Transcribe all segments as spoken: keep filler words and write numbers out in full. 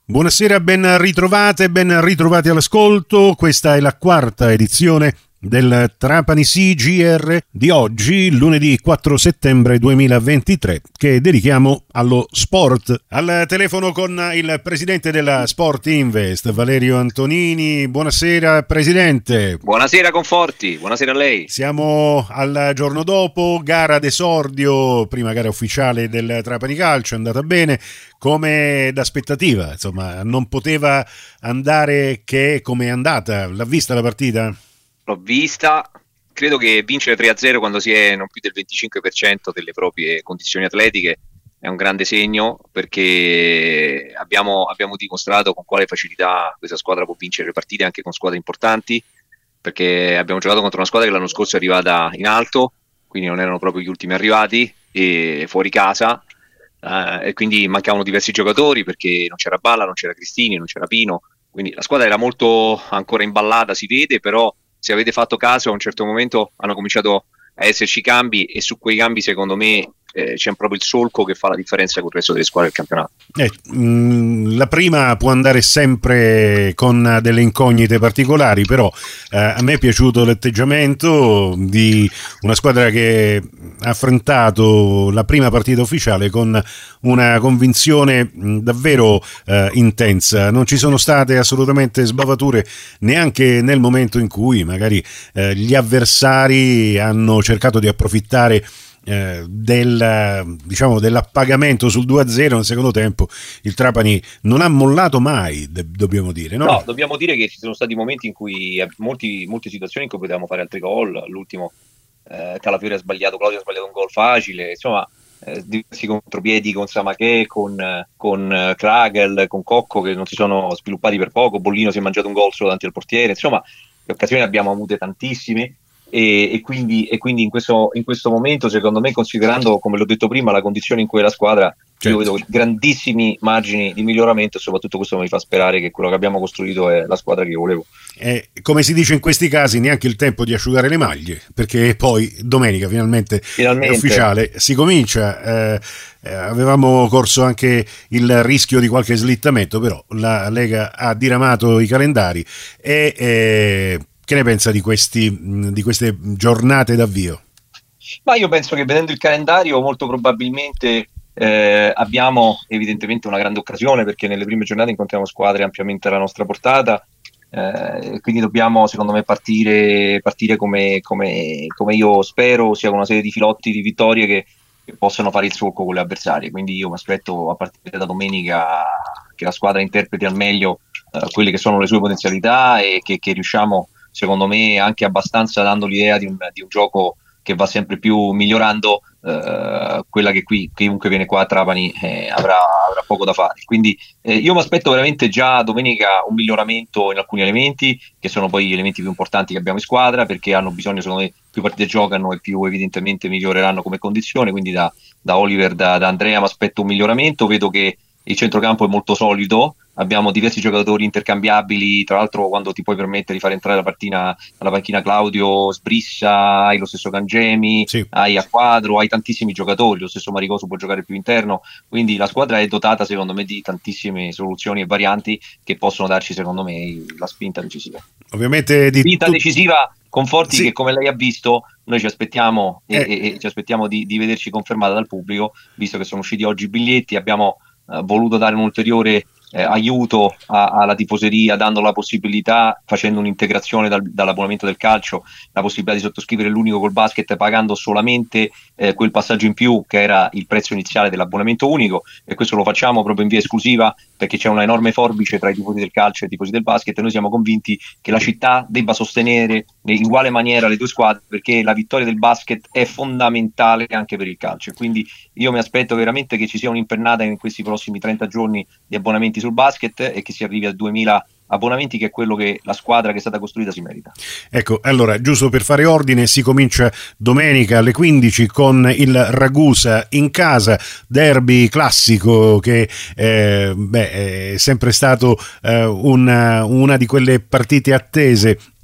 Buonasera, ben ritrovate, ben ritrovati all'ascolto. Questa è la quarta edizione del Trapani C G R di oggi, lunedì quattro settembre duemilaventitré, che dedichiamo allo sport. Al telefono con il presidente della Sport Invest, Valerio Antonini. Buonasera presidente. Buonasera Conforti, buonasera a lei. Siamo al giorno dopo, gara d'esordio, prima gara ufficiale del Trapani Calcio, è andata bene, come d'aspettativa, insomma, non poteva andare che come è andata. L'ha vista la partita? L'ho vista, credo che vincere tre a zero quando si è non più del venticinque per cento delle proprie condizioni atletiche è un grande segno, perché abbiamo, abbiamo dimostrato con quale facilità questa squadra può vincere le partite anche con squadre importanti, perché abbiamo giocato contro una squadra che l'anno scorso è arrivata in alto, quindi non erano proprio gli ultimi arrivati, e fuori casa, eh, e quindi mancavano diversi giocatori perché non c'era Balla, non c'era Cristini, non c'era Pino, quindi la squadra era molto ancora imballata, si vede, però se avete fatto caso a un certo momento hanno cominciato a esserci cambi, e su quei cambi secondo me eh, c'è proprio il solco che fa la differenza con il resto delle squadre del campionato. Eh, mh, la prima può andare sempre con delle incognite particolari, però eh, a me è piaciuto l'atteggiamento di una squadra che ha affrontato la prima partita ufficiale con una convinzione mh, davvero eh, intensa. Non ci sono state assolutamente sbavature neanche nel momento in cui magari eh, gli avversari hanno cercato di approfittare Eh, del, diciamo, dell'appagamento sul due a zero nel secondo tempo. Il Trapani non ha mollato mai, de- dobbiamo dire, no? No, dobbiamo dire che ci sono stati momenti in cui molti, molte situazioni in cui potevamo fare altri gol. L'ultimo eh, Calafiori ha sbagliato, Claudio ha sbagliato un gol facile, insomma eh, diversi contropiedi con Samaché, con, con eh, Kragel, con Cocco, che non si sono sviluppati per poco. Bollino si è mangiato un gol solo davanti al portiere, insomma le occasioni abbiamo avute tantissime. E, e quindi, e quindi in, questo, in questo momento, secondo me, considerando, come l'ho detto prima, la condizione in cui è la squadra, certo, io vedo grandissimi margini di miglioramento, e soprattutto questo mi fa sperare che quello che abbiamo costruito è la squadra che io volevo. Eh, come si dice in questi casi, neanche il tempo di asciugare le maglie, perché poi domenica finalmente, finalmente. È ufficiale, si comincia. eh, eh, avevamo corso anche il rischio di qualche slittamento, però la Lega ha diramato i calendari. E eh, che ne pensa di questi di queste giornate d'avvio? Ma io penso che, vedendo il calendario, molto probabilmente eh, abbiamo evidentemente una grande occasione, perché nelle prime giornate incontriamo squadre ampiamente alla nostra portata, eh, quindi dobbiamo, secondo me, partire, partire come, come, come io spero, sia con una serie di filotti di vittorie che, che possano fare il solco con le avversarie. Quindi io mi aspetto, a partire da domenica, che la squadra interpreti al meglio eh, quelle che sono le sue potenzialità, e che, che riusciamo, secondo me, anche abbastanza dando l'idea di un, di un gioco che va sempre più migliorando, eh, quella che qui chiunque viene qua a Trapani eh, avrà, avrà poco da fare. Quindi eh, io mi aspetto veramente già domenica un miglioramento in alcuni elementi, che sono poi gli elementi più importanti che abbiamo in squadra, perché hanno bisogno, secondo me, più partite giocano e più evidentemente miglioreranno come condizione. Quindi da, da Oliver, da, da Andrea mi aspetto un miglioramento. Vedo che il centrocampo è molto solido, abbiamo diversi giocatori intercambiabili, tra l'altro quando ti puoi permettere di fare entrare la, partina, alla panchina Claudio Sbrissa, hai lo stesso Cangemi, sì, hai a quadro, hai tantissimi giocatori, lo stesso Maricosu può giocare più interno, quindi la squadra è dotata, secondo me, di tantissime soluzioni e varianti che possono darci, secondo me, la spinta decisiva. Ovviamente di spinta tu... decisiva, Conforti, sì, che come lei ha visto noi ci aspettiamo eh. e, e ci aspettiamo di, di vederci confermata dal pubblico, visto che sono usciti oggi i biglietti. Abbiamo Uh, voluto dare un ulteriore eh, aiuto a, alla tifoseria, dando la possibilità, facendo un'integrazione dal, dall'abbonamento del calcio, la possibilità di sottoscrivere l'unico col basket pagando solamente eh, quel passaggio in più che era il prezzo iniziale dell'abbonamento unico, e questo lo facciamo proprio in via esclusiva perché c'è una enorme forbice tra i tifosi del calcio e i tifosi del basket, e noi siamo convinti che la città debba sostenere in uguale maniera le due squadre, perché la vittoria del basket è fondamentale anche per il calcio. Quindi io mi aspetto veramente che ci sia un'impennata in questi prossimi trenta giorni di abbonamenti sul basket, e che si arrivi a duemila abbonamenti, che è quello che la squadra che è stata costruita si merita. Ecco, allora, giusto per fare ordine, si comincia domenica alle quindici con il Ragusa in casa, derby classico che eh, beh, è sempre stato eh, una, una di quelle partite attese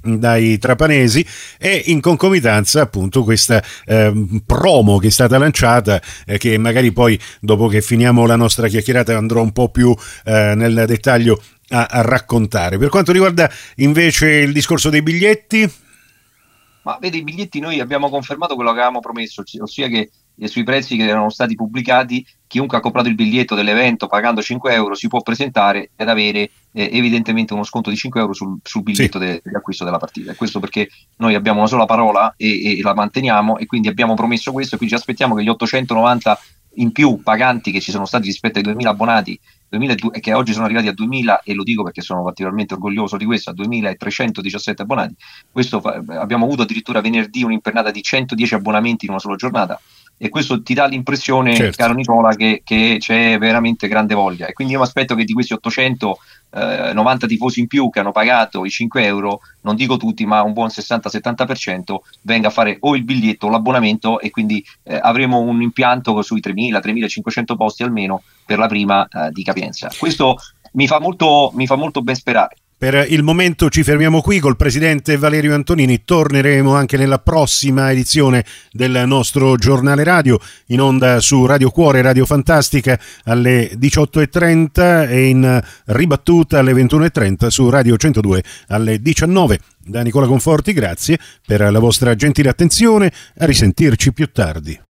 dai trapanesi, e in concomitanza appunto questa eh, promo che è stata lanciata, eh, che magari poi dopo che finiamo la nostra chiacchierata andrò un po' più eh, nel dettaglio a, a raccontare. Per quanto riguarda invece il discorso dei biglietti, ma vedi, i biglietti noi abbiamo confermato quello che avevamo promesso, ossia che sui prezzi che erano stati pubblicati, chiunque ha comprato il biglietto dell'evento pagando cinque euro si può presentare ed avere eh, evidentemente uno sconto di cinque euro sul, sul biglietto sì. de, dell'acquisto della partita. E questo perché noi abbiamo una sola parola e, e la manteniamo, e quindi abbiamo promesso questo, e quindi ci aspettiamo che gli ottocentonovanta in più paganti che ci sono stati rispetto ai duemila abbonati, duemila, che oggi sono arrivati a duemila, e lo dico perché sono particolarmente orgoglioso di questo, a duemilatrecentodiciassette abbonati. Questo fa, abbiamo avuto addirittura venerdì un'impennata di centodieci abbonamenti in una sola giornata, e questo ti dà l'impressione, certo, caro Nicola, che, che c'è veramente grande voglia, e quindi io mi aspetto che di questi ottocentonovanta tifosi in più che hanno pagato i cinque euro, non dico tutti ma un buon sessanta settanta per cento, venga a fare o il biglietto o l'abbonamento, e quindi eh, avremo un impianto sui tremila tremilacinquecento posti almeno per la prima eh, di capienza. Questo mi fa molto, mi fa molto ben sperare. Per il momento ci fermiamo qui col presidente Valerio Antonini. Torneremo anche nella prossima edizione del nostro giornale radio, in onda su Radio Cuore, Radio Fantastica alle diciotto e trenta e in ribattuta alle ventuno e trenta su Radio centodue alle diciannove. Da Nicola Conforti grazie per la vostra gentile attenzione, a risentirci più tardi.